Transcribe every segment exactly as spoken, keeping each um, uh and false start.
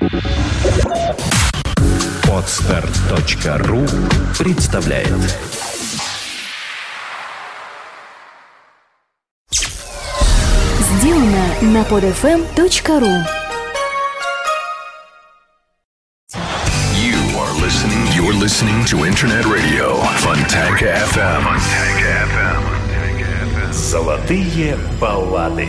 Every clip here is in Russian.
Подстер точка ру представляет. Сделано на под эф эм точка ру. You are listening, you're listening to Internet Radio Fontanka эф эм. Золотые баллады.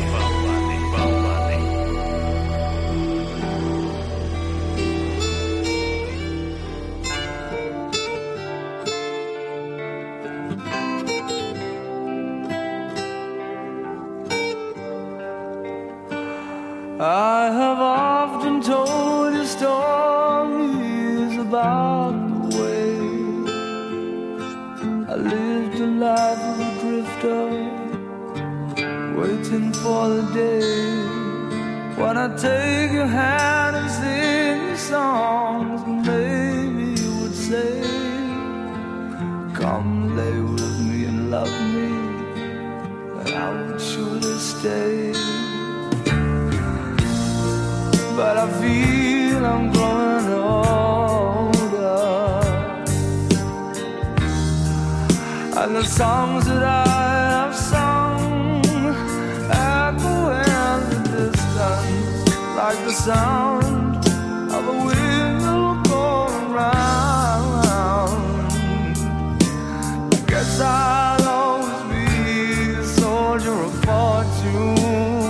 I have often told you stories about the way I lived a life of a drifter, waiting for the day when I take your hand and sing you songs, and maybe you would say, come lay with me and love me, and I would surely stay. But I feel I'm growing older, and the songs that I have sung echo in the distance like the sound of a wheel going round. I guess I'll always be a soldier of fortune.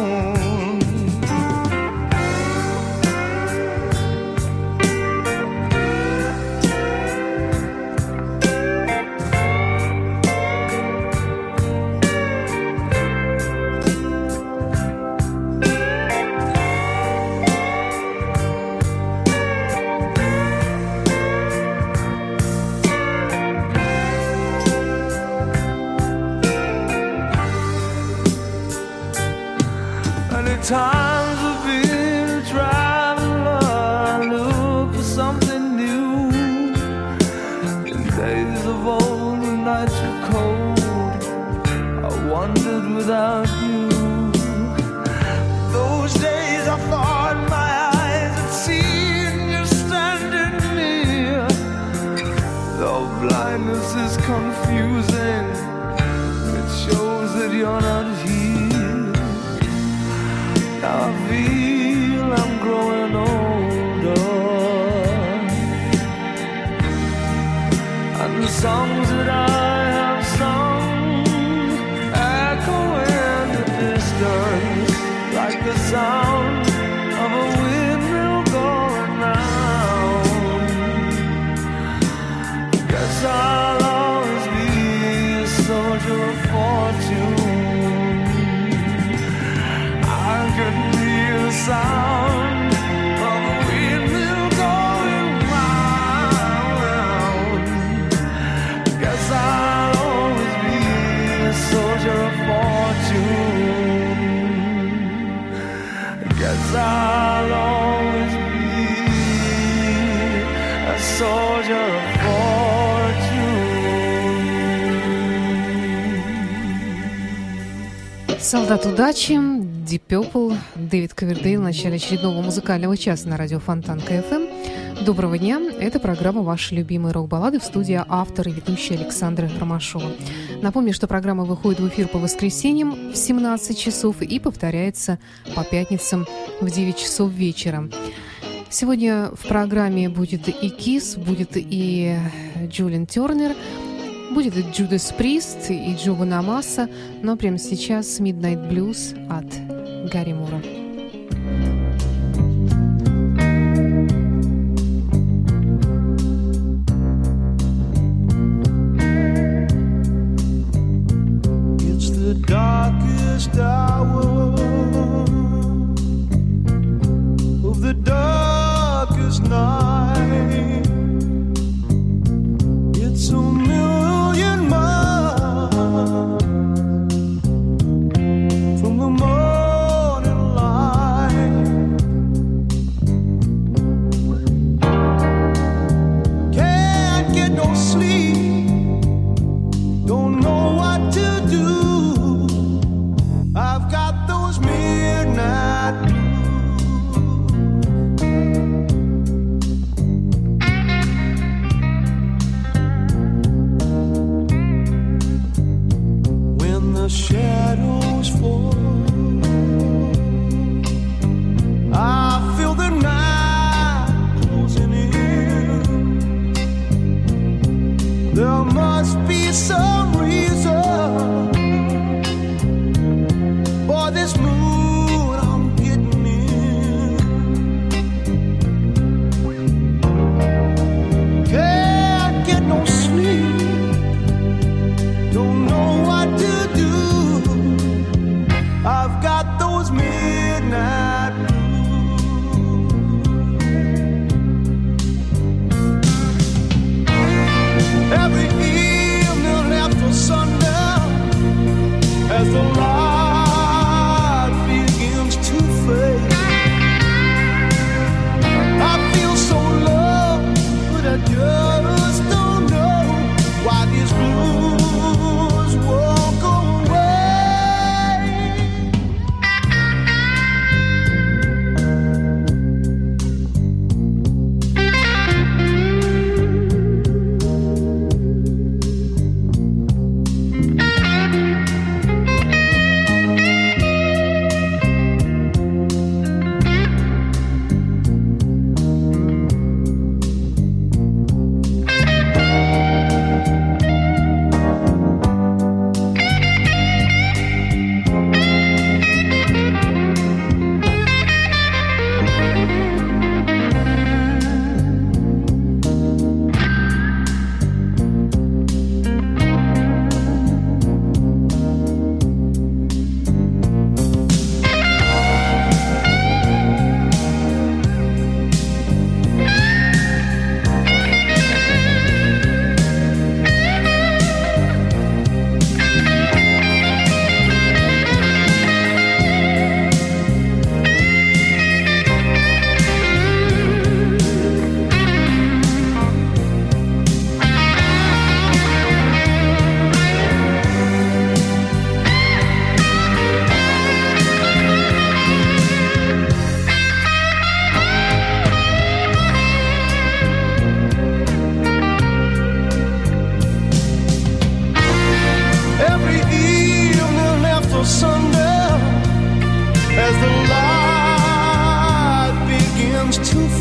Times have been a traveler, look for something new. In days of old, the nights were cold, I wandered without you. Those days I thought my eyes had seen you standing near. Though blindness is confusing, it shows that you're not here. I feel I'm growing older, and the songs that I have sung echo in the distance like the sound of a windmill going round. Guess I'll always be a soldier of fortune. I couldn't hear the sound of a windmill going round. Guess I'll always be a soldier of fortune. Guess I'll always be a soldier of fortune. Солдат удачи, Deep Purple, Дэвид Ковердейл в начале очередного музыкального часа на радио Фонтанка эф эм. Доброго дня! Это программа «Ваши любимые рок-баллады», в студии автор и ведущая Александра Ромашова. Напомню, что программа выходит в эфир по воскресеньям в семнадцать часов и повторяется по пятницам в девять часов вечера. Сегодня в программе будет и Кис, будет и Джулиан Тернер, будет и Judas Priest, и Джо Бонамасса, но прямо сейчас Midnight Blues от Гарри Мура. It's the darkest hour of the darkest night. It's a million miles from the morning light.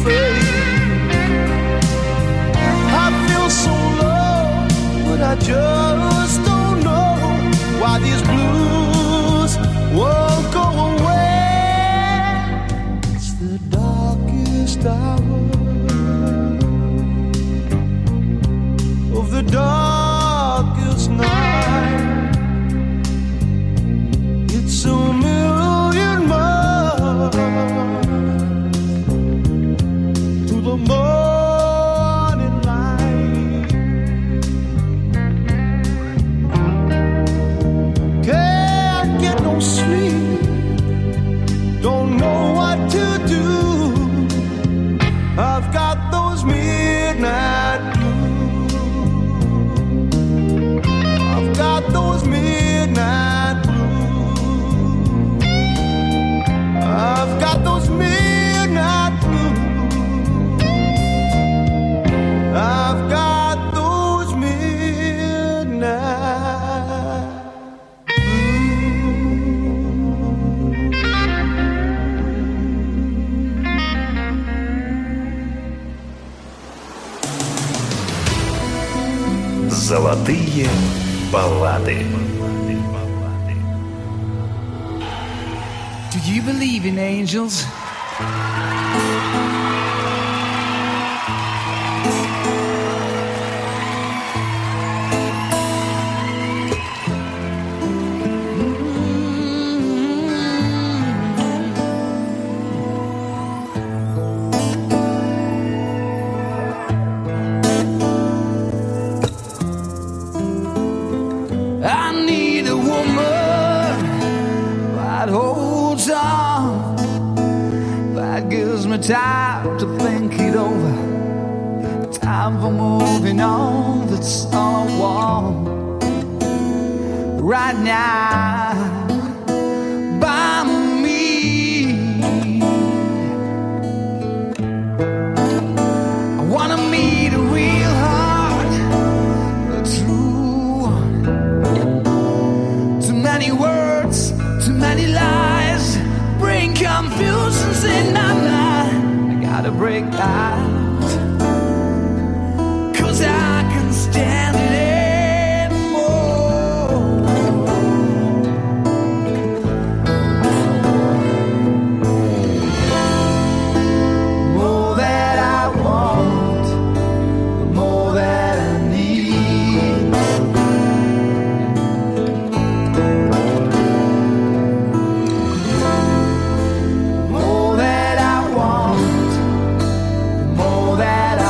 afraid. I feel so low, but I just don't know why these blues won't go away. It's the darkest hour of the darkest night. It's a million miles to the morning light. Can't get no sleep, don't know what to do. I've got those midnight blues. I've got those midnight blues. I've got those midnight blues. I've got those midnight Золотые баллады. Do you believe in angels? I need a woman that holds on, that gives me time to think it over, time for moving on. That's all I want right now by me. I wanna meet a real heart, a true one. Too many words, too many lies, bring confusions in my mind. I gotta break out, 'cause I can stand it anymore. More that I want, the more that I need. More that I want, the more that I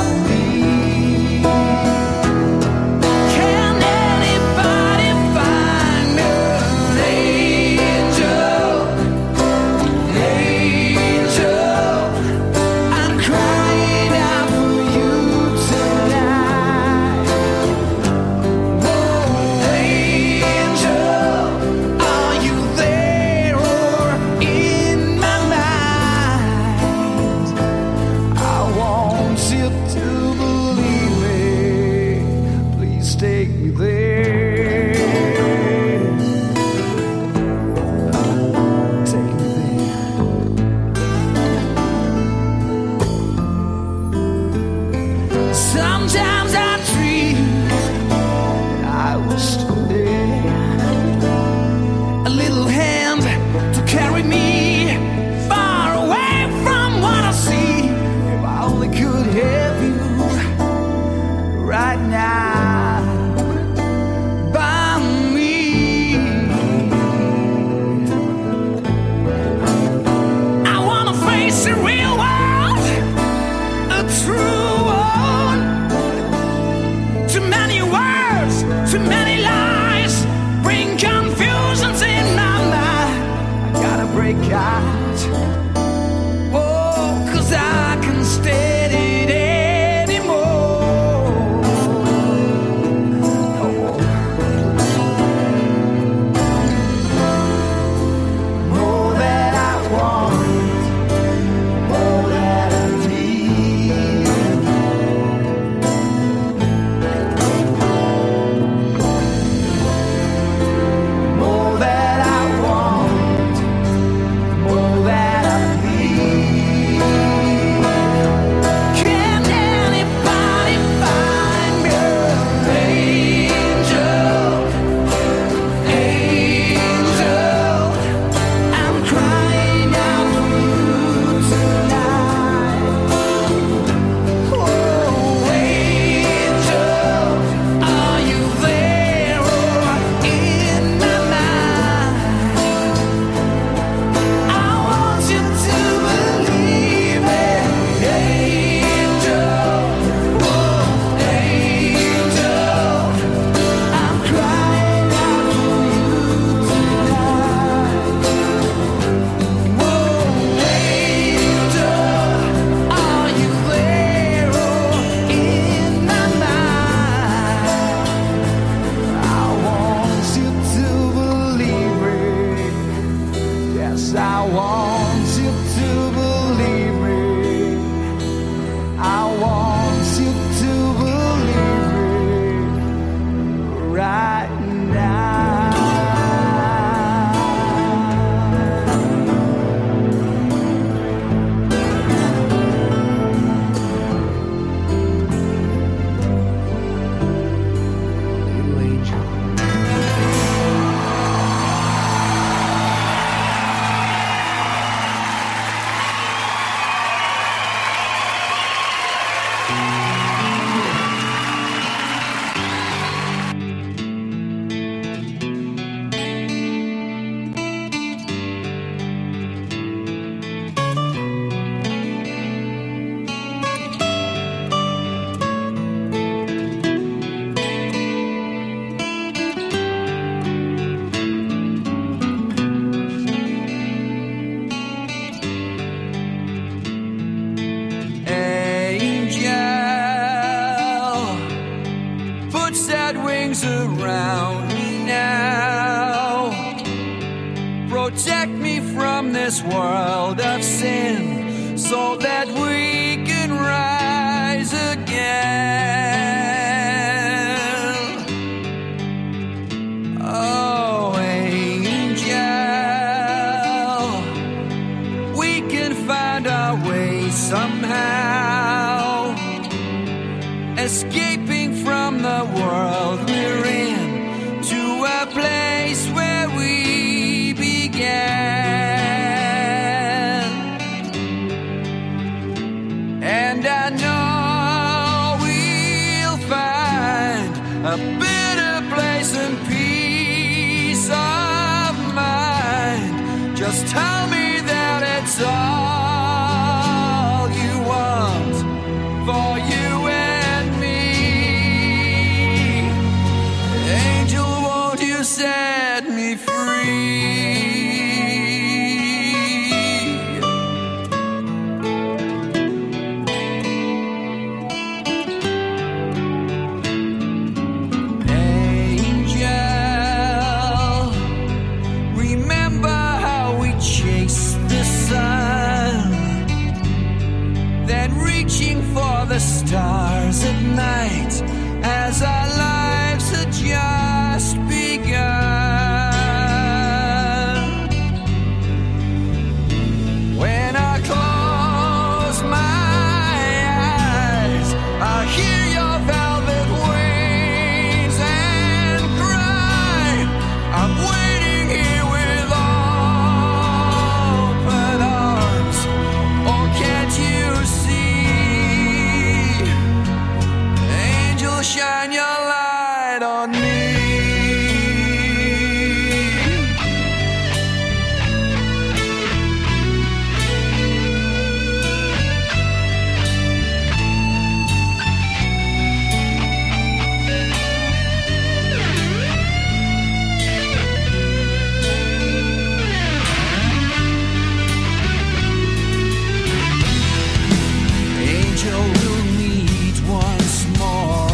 this world of sin so that we can rise again. Oh, angel, we can find our way somehow, escaping from the world we're in to a place where we began. And I know we'll find a better place and peace of mind. Just tell me that it's all you want for you and me. Angel, won't you set me free? The stars at night as our lives had just begun. When I close my eyes, I hear your velvet wings and cry. I'm waiting here with open arms. Oh, can't you see? Shine your light on me. Angel, we'll meet once more.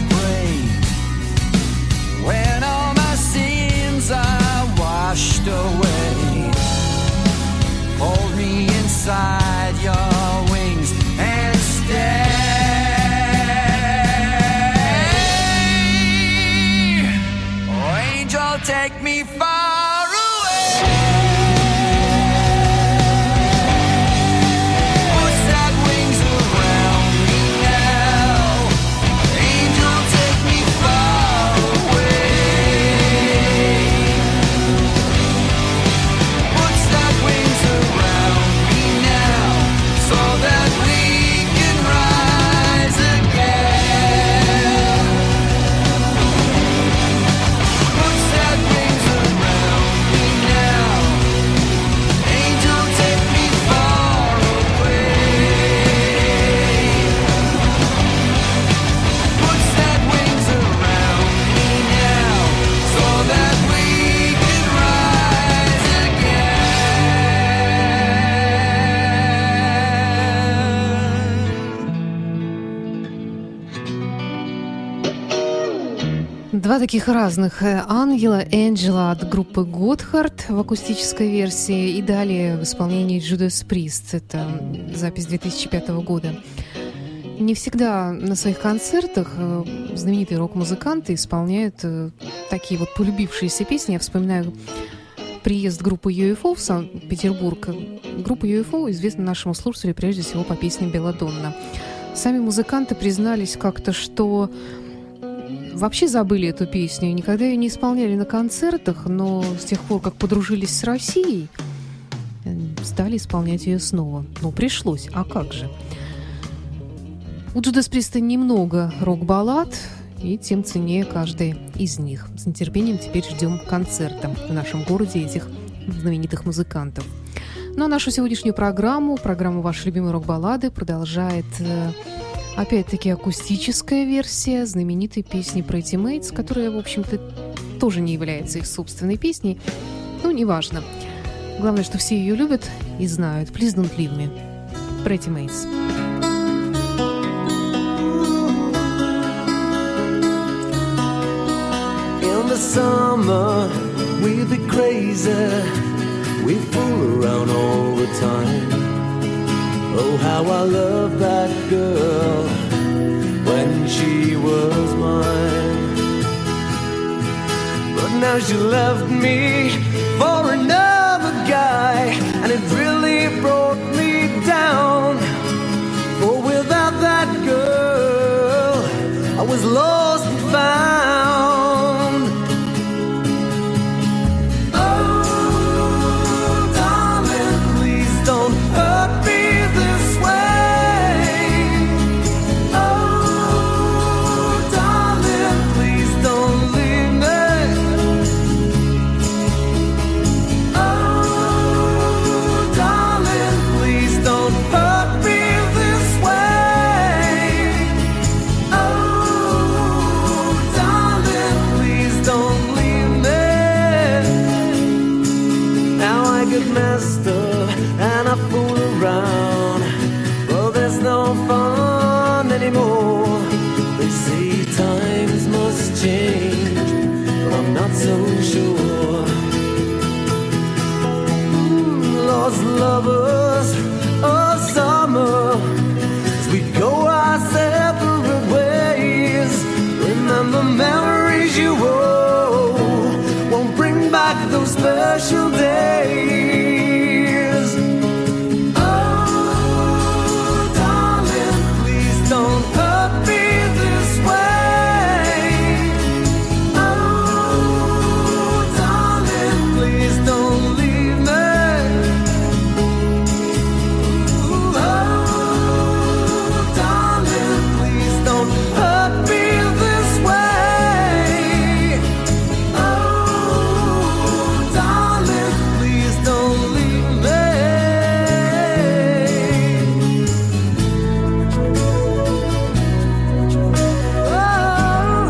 When all my sins are washed away, hold me inside your wings and stay. Oh, angel, take me far away. Put that wings around me now. Angel, take me far away. Два таких разных ангела, Энджела от группы Готхард в акустической версии и далее в исполнении Judas Priest. Это запись две тысячи пятого года. Не всегда на своих концертах знаменитые рок-музыканты исполняют такие вот полюбившиеся песни. Я вспоминаю приезд группы ю эф о в Санкт-Петербург. Группа ю эф о известна нашему слушателю прежде всего по песне «Белладонна». Сами музыканты признались как-то, что вообще забыли эту песню, никогда ее не исполняли на концертах, но с тех пор, как подружились с Россией, стали исполнять ее снова. Ну, пришлось, а как же? У Judas Priest немного рок-баллад, и тем ценнее каждая из них. С нетерпением теперь ждем концерта в нашем городе этих знаменитых музыкантов. Ну а нашу сегодняшнюю программу, программу «Ваши любимые рок-баллады» продолжает опять-таки акустическая версия знаменитой песни Pretty Mates, которая, в общем-то, тоже не является их собственной песней. Ну, неважно. Главное, что все ее любят и знают. Please don't leave me. Pretty Mates. In the summer we'll be crazy, We fool around all the time. Oh, how I love that girl when she was mine. But now she left me for another guy, and it really brought me down. For without that girl, I was lost and found. Oh, darling, please don't hurt me this way. Oh, darling, please don't leave me. Oh, darling, please don't hurt me this way. Oh, darling, please don't leave me. Now I get messed up and I fool around. Well, there's no fun anymore. They say times must change, but I'm not so sure. Mm, lost lovers of summer, as we go our separate ways. Remember memories you owe, won't bring back those special days. Oh, darling, please don't hurt me this way. Oh, darling, please don't leave me. Oh, darling, please don't hurt me this way. Oh, darling, please don't leave me. Oh,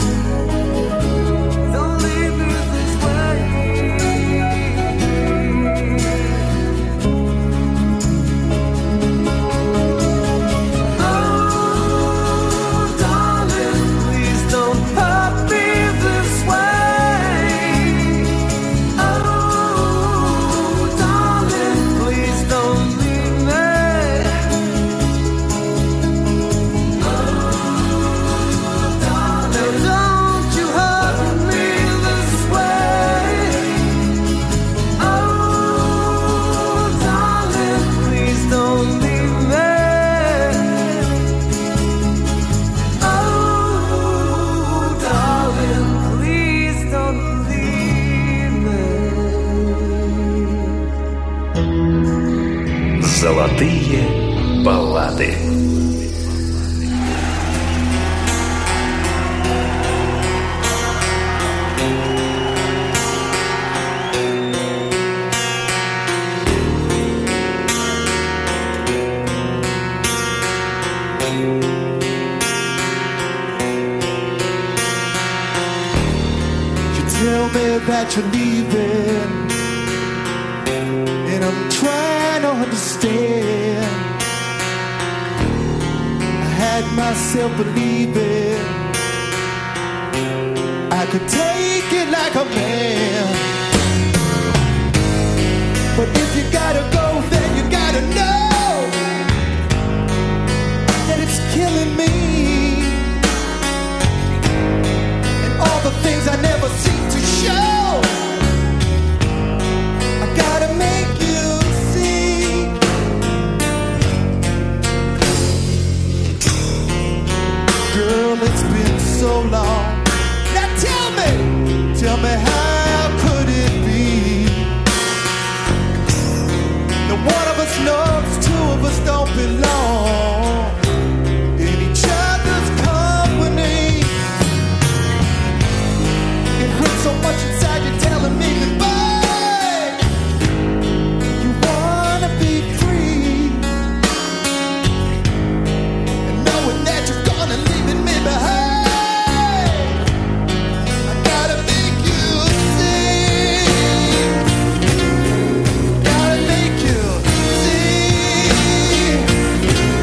don't leave me this way. Oh, darling, please don't hurt me this way. Oh, darling, please don't leave me. Oh, darling, don't you hurt me this way. Oh, darling, please don't leave me. Oh, darling, please don't leave me. Золотые баллады. You tell me that you're leaving, and I'm trying to understand. I had myself believing I could take it like a man. But if you gotta go, then you gotta know that it's killing me. And all the things I never seem to show, I gotta make you see. Girl, it's been so long. Now tell me, tell me how could it be that one of us knows two of us don't belong in each other's company? It hurts so much inside you telling me that, boy, you wanna be free, and knowing that you're gonna leave me behind, I gotta make you see, gotta make you see.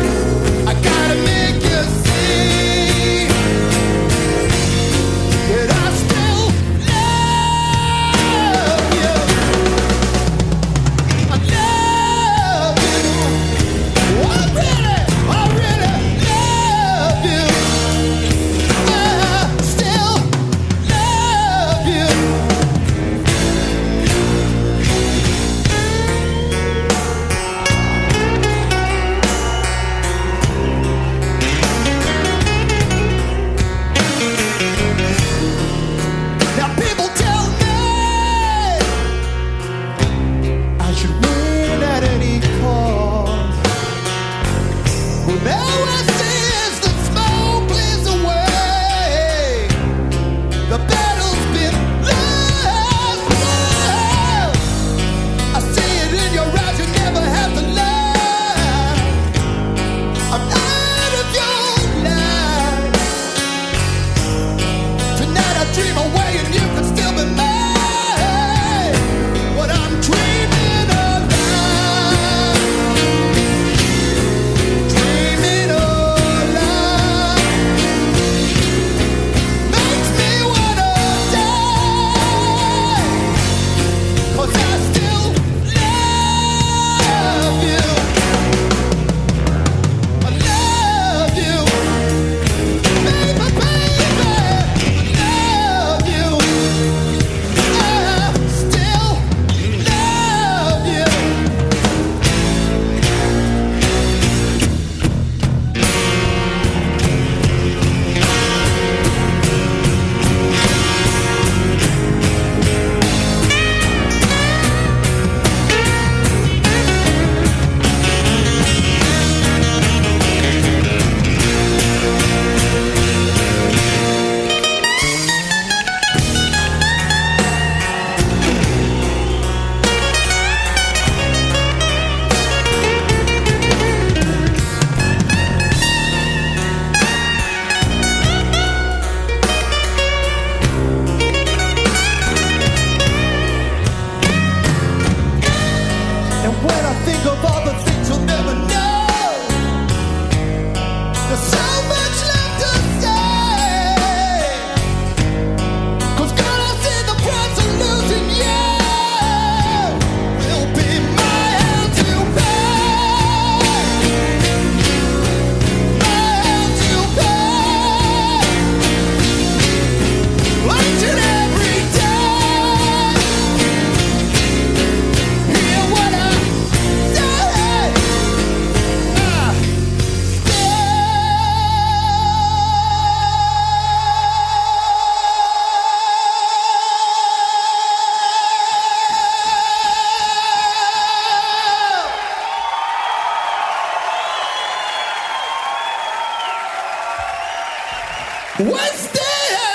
What's there?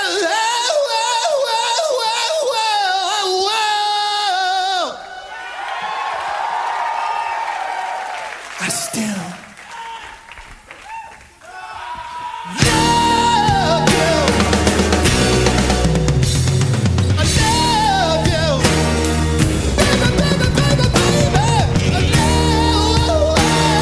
I still love you. I love you. Baby, baby, baby, baby. I love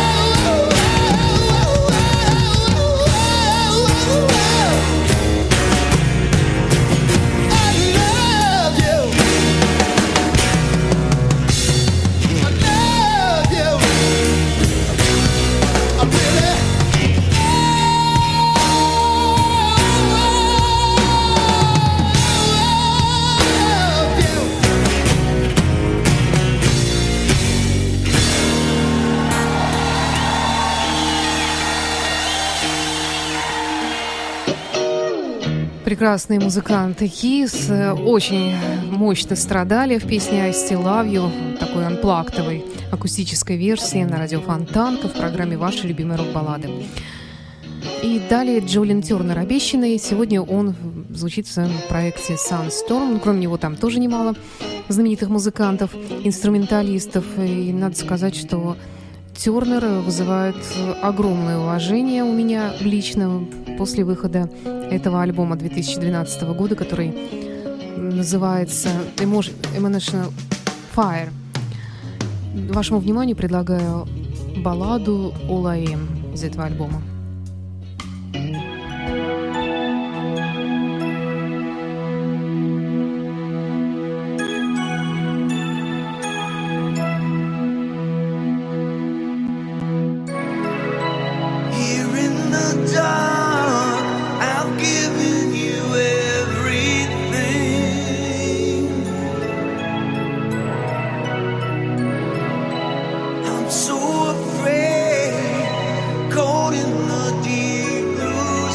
Прекрасные музыканты Kiss очень мощно страдали в песне I Still Love You, такой анплактовой акустической версии на радио Фонтанка в программе «Ваши любимые рок-баллады». И далее Джолин Тернер обещанный. Сегодня он звучит в своем проекте Sunstorm. Кроме него там тоже немало знаменитых музыкантов, инструменталистов. И надо сказать, что Тернер вызывает огромное уважение у меня лично после выхода этого альбома две тысячи двенадцатого года, который называется Emotional Fire. Вашему вниманию предлагаю балладу All I Am из этого альбома. So afraid, caught in the deep blue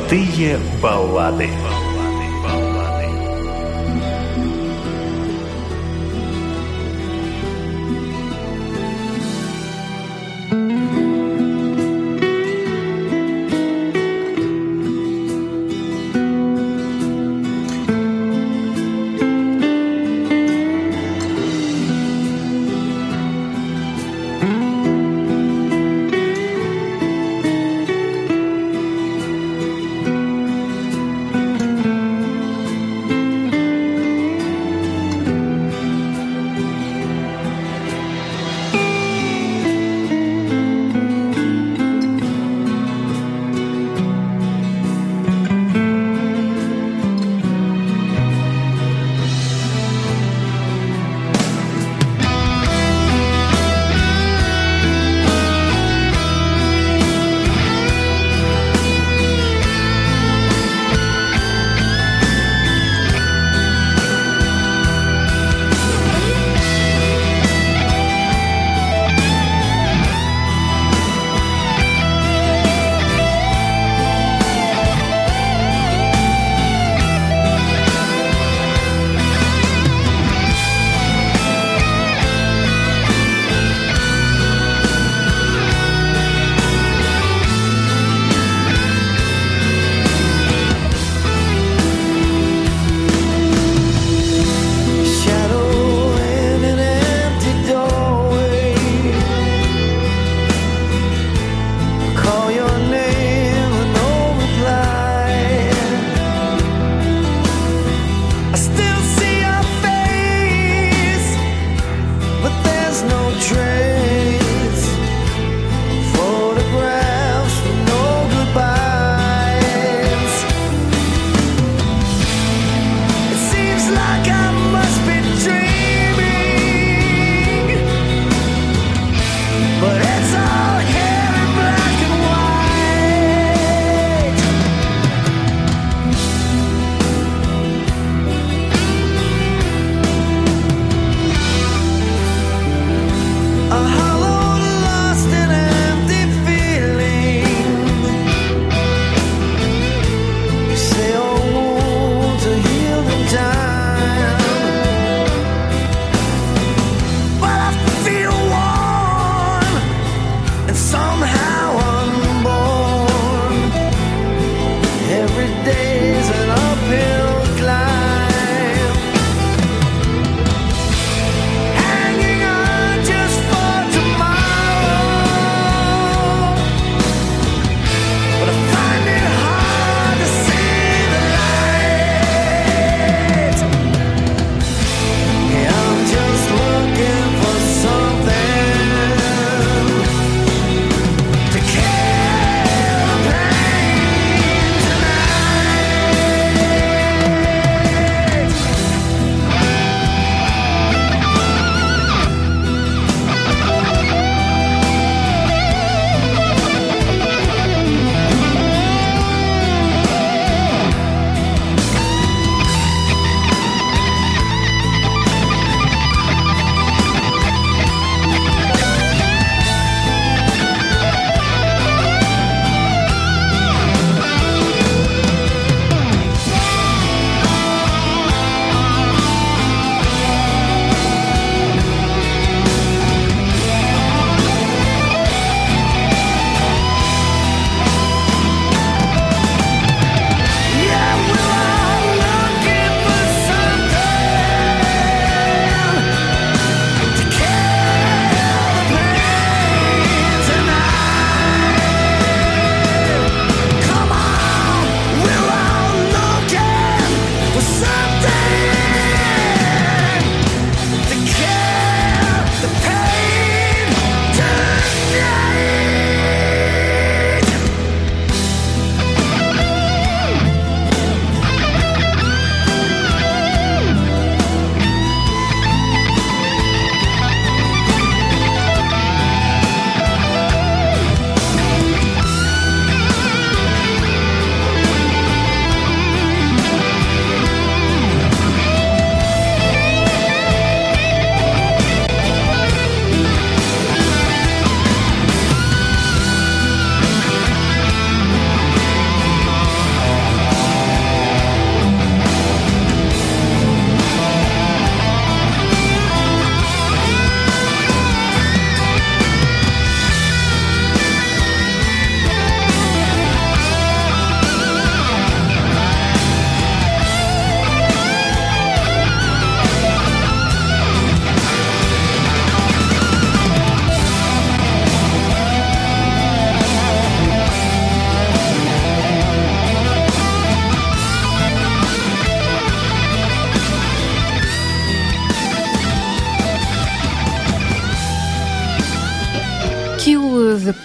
Золотые баллады.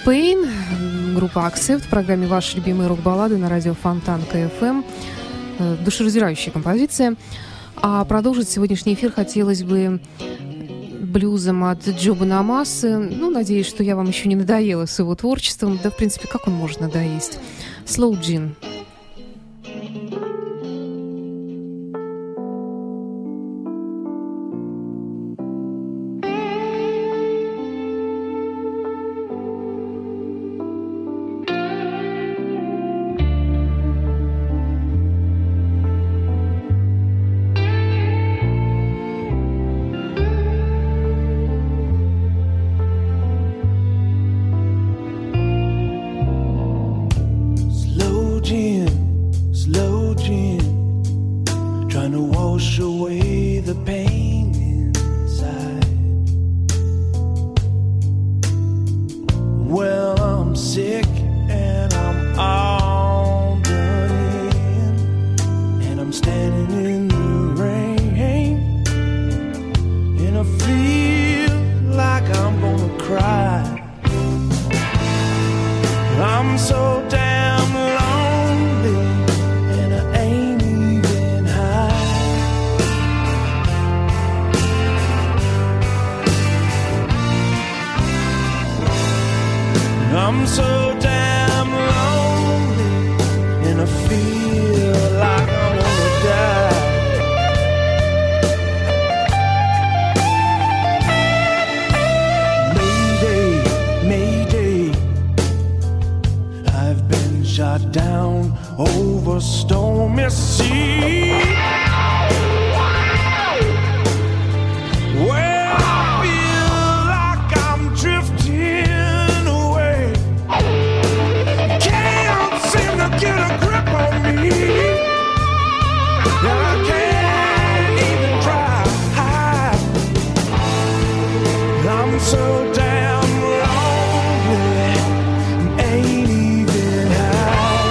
Pain, группа Accept в программе «Ваши любимые рок-баллады» на радио Фонтанка эф эм. Душераздирающая композиция. А продолжить сегодняшний эфир хотелось бы блюзом от Джо Бонамассы. Ну, надеюсь, что я вам еще не надоела с его творчеством. Да, в принципе, как он может надоесть? Slow Gin. I'm so damn lonely, and I feel like I wanna die. Mayday, Mayday, I've been shot down over stormy sea. Well, I feel like I'm drifting away. Can't seem to get a grip on me. I can't even try. I'm so damn lonely, ain't even high.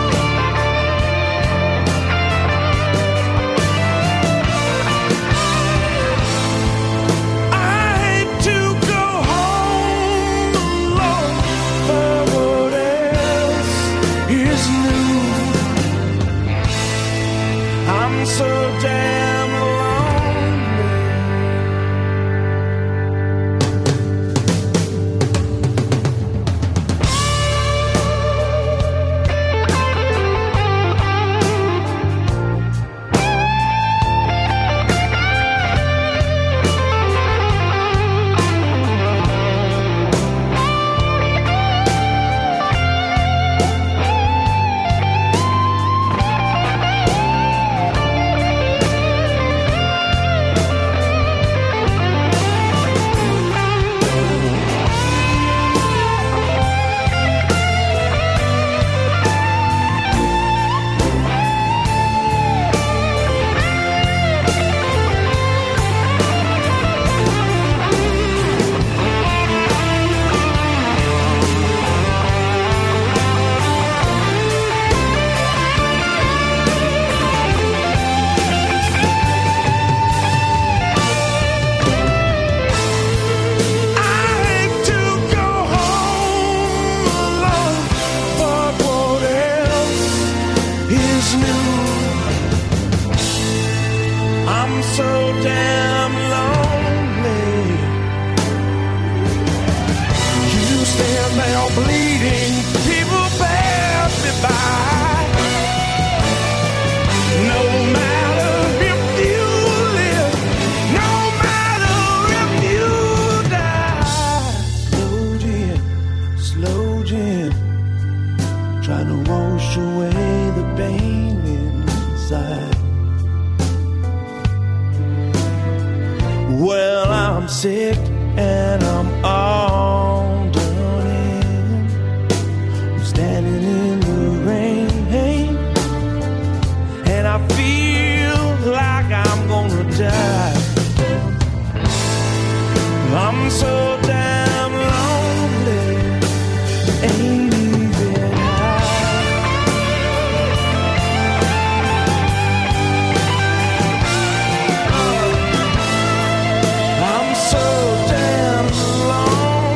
I hate to go home alone, but what else is new? I'm so damn lonely. I hate to go home alone, but what else is new? I'm so damn lonely. You stand there bleeding, people pass me by. No matter if you live, no matter if you die. Slow gin, slow gin, trying to wash away the pain inside. Well, I'm sick and I'm all done in. I'm standing in the rain, and I feel like I'm gonna die. I'm so damn lonely, ain't even high. I'm so damn lonely.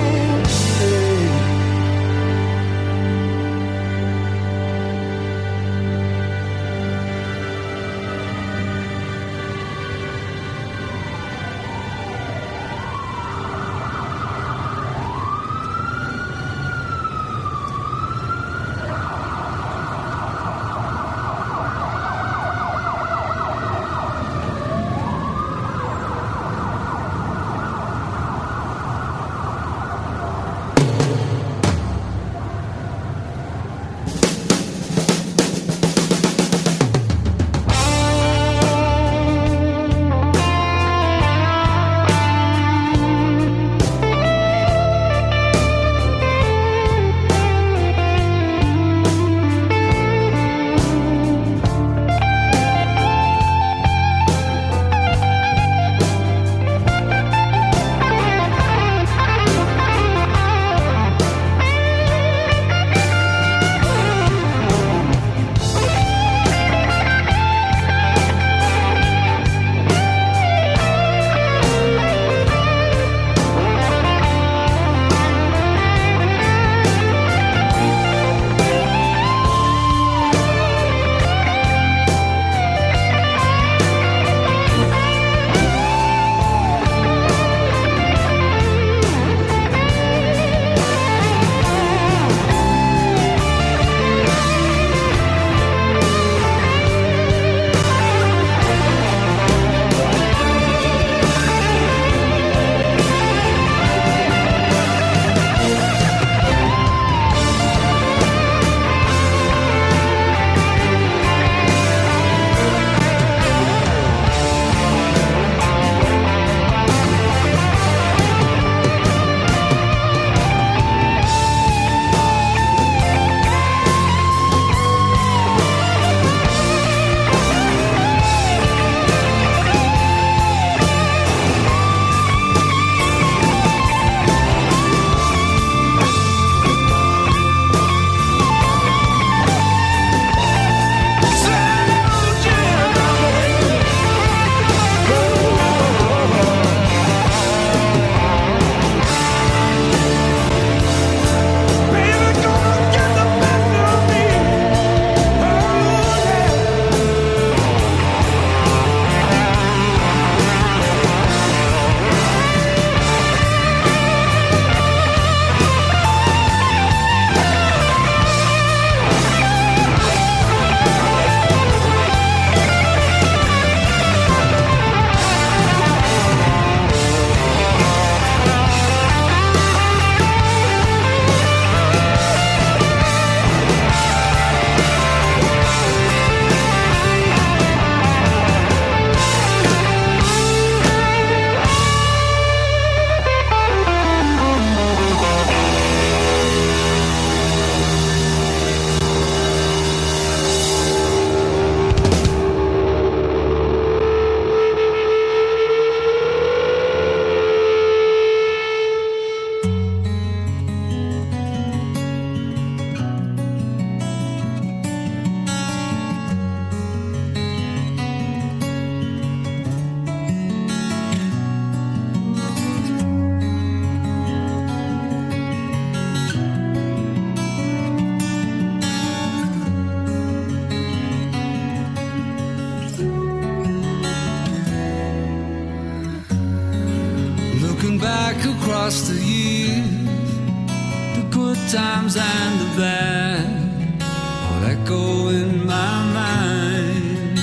back across the years, the good times and the bad, all echo in my mind.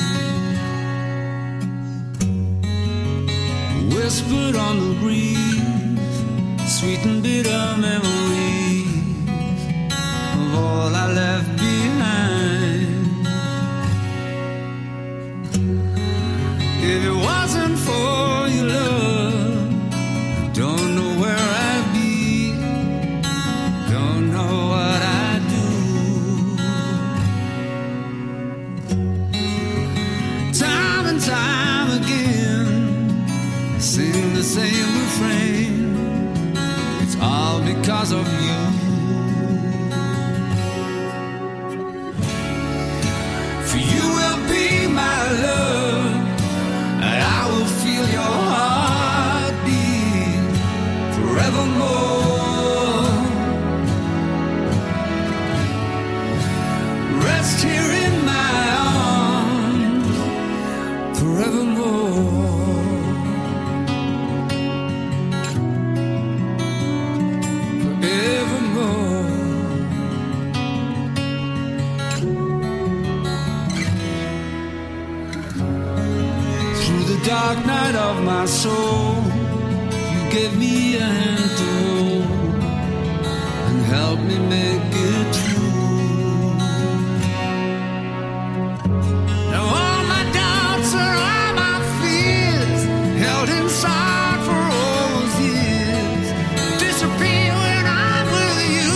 Whispered on the breeze, sweet and bitter memories of all I left behind. If it wasn't for your love, I don't know where I'd be, don't know what I'd do. Time and time again, sing the same refrain, it's all because of you. For you will be my love, and I will feel your heartbeat forevermore. Rest here in my arms forevermore. Forevermore. Through the dark night of my soul, you gave me a hand to hold and help me make it true. Now all my doubts and all my fears, held inside for all those years, disappear when I'm with you.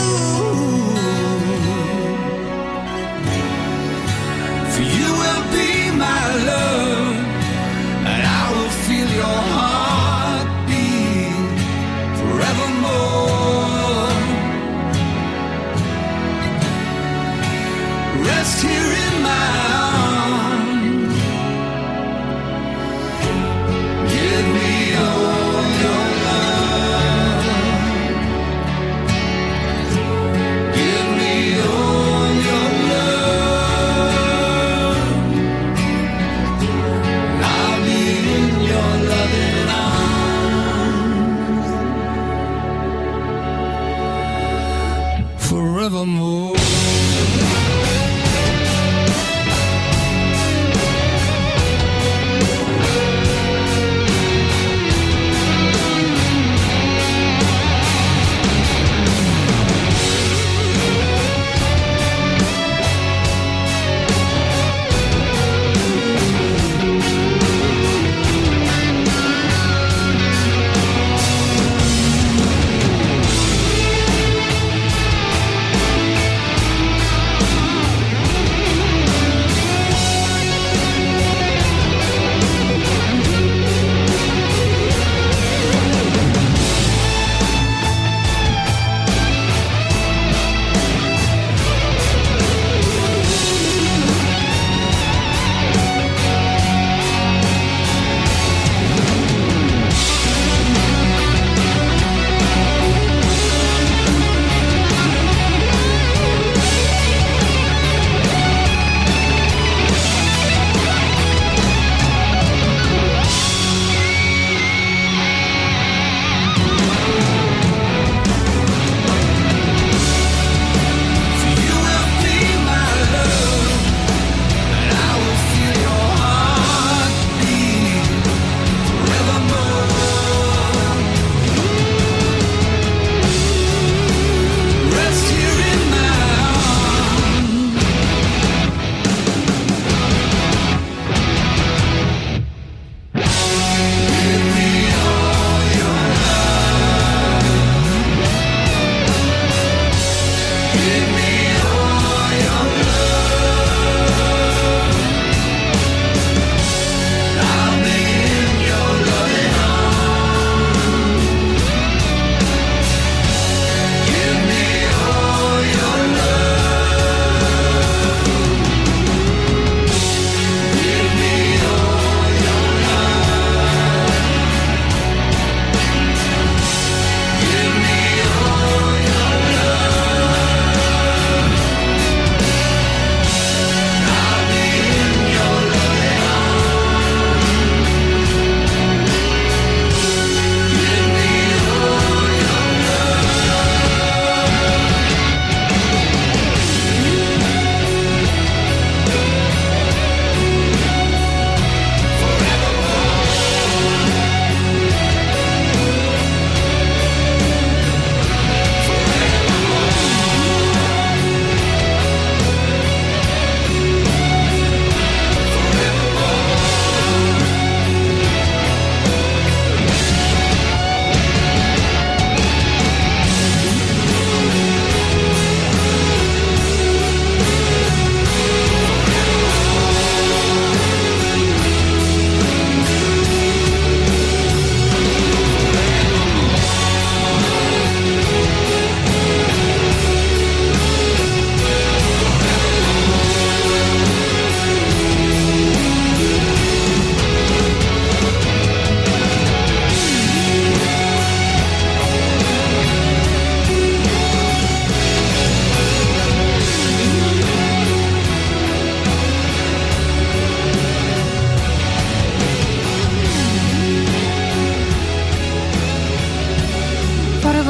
For you will be my love, and I will feel your heartbeat forevermore.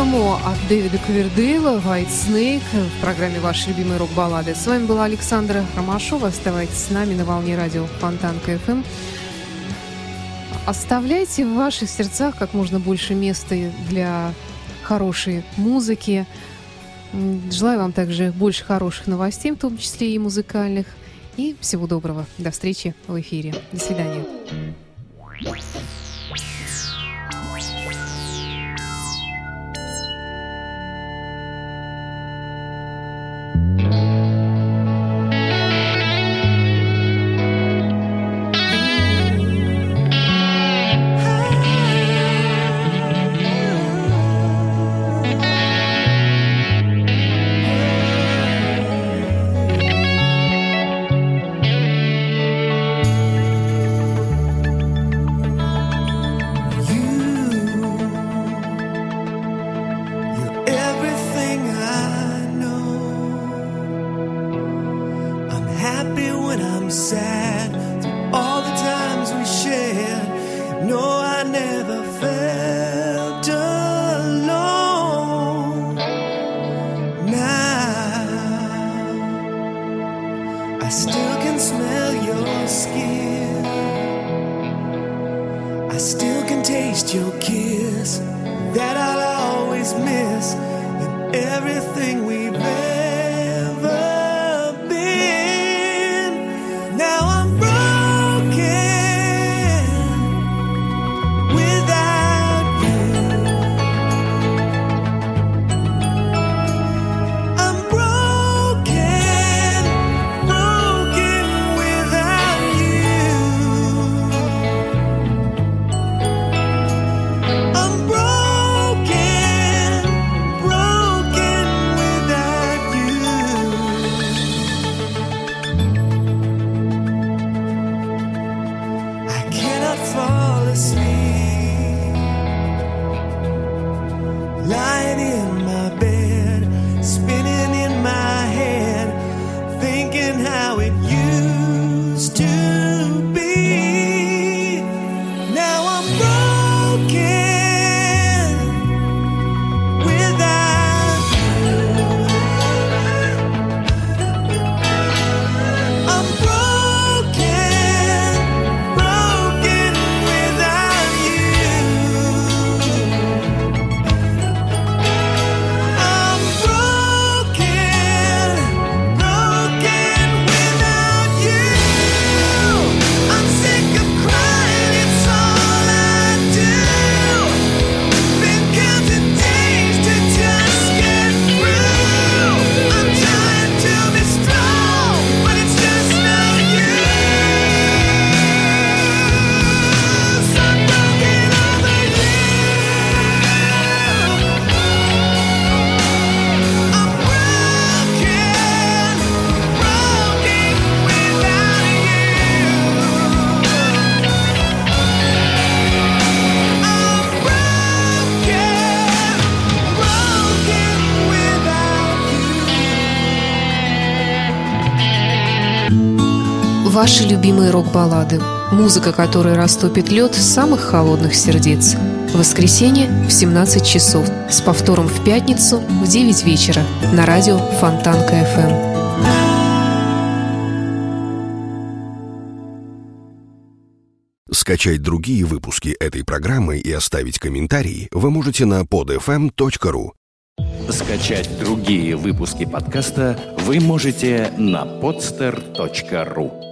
по-новому от Дэвида Ковердейла, White Snake в программе «Ваши любимые рок-баллады». С вами была Александра Ромашова. Оставайтесь с нами на волне радио Фонтанка эф эм. Оставляйте в ваших сердцах как можно больше места для хорошей музыки. Желаю вам также больше хороших новостей, в том числе и музыкальных. И всего доброго. До встречи в эфире. До свидания. Ваши любимые рок-баллады. Музыка, которая растопит лед самых холодных сердец. В воскресенье в семнадцать часов. С повтором в пятницу в девять вечера. На радио Фонтанка эф эм. Скачать другие выпуски этой программы и оставить комментарии вы можете на под эф эм точка ру. Скачать другие выпуски подкаста вы можете на подстер точка ру.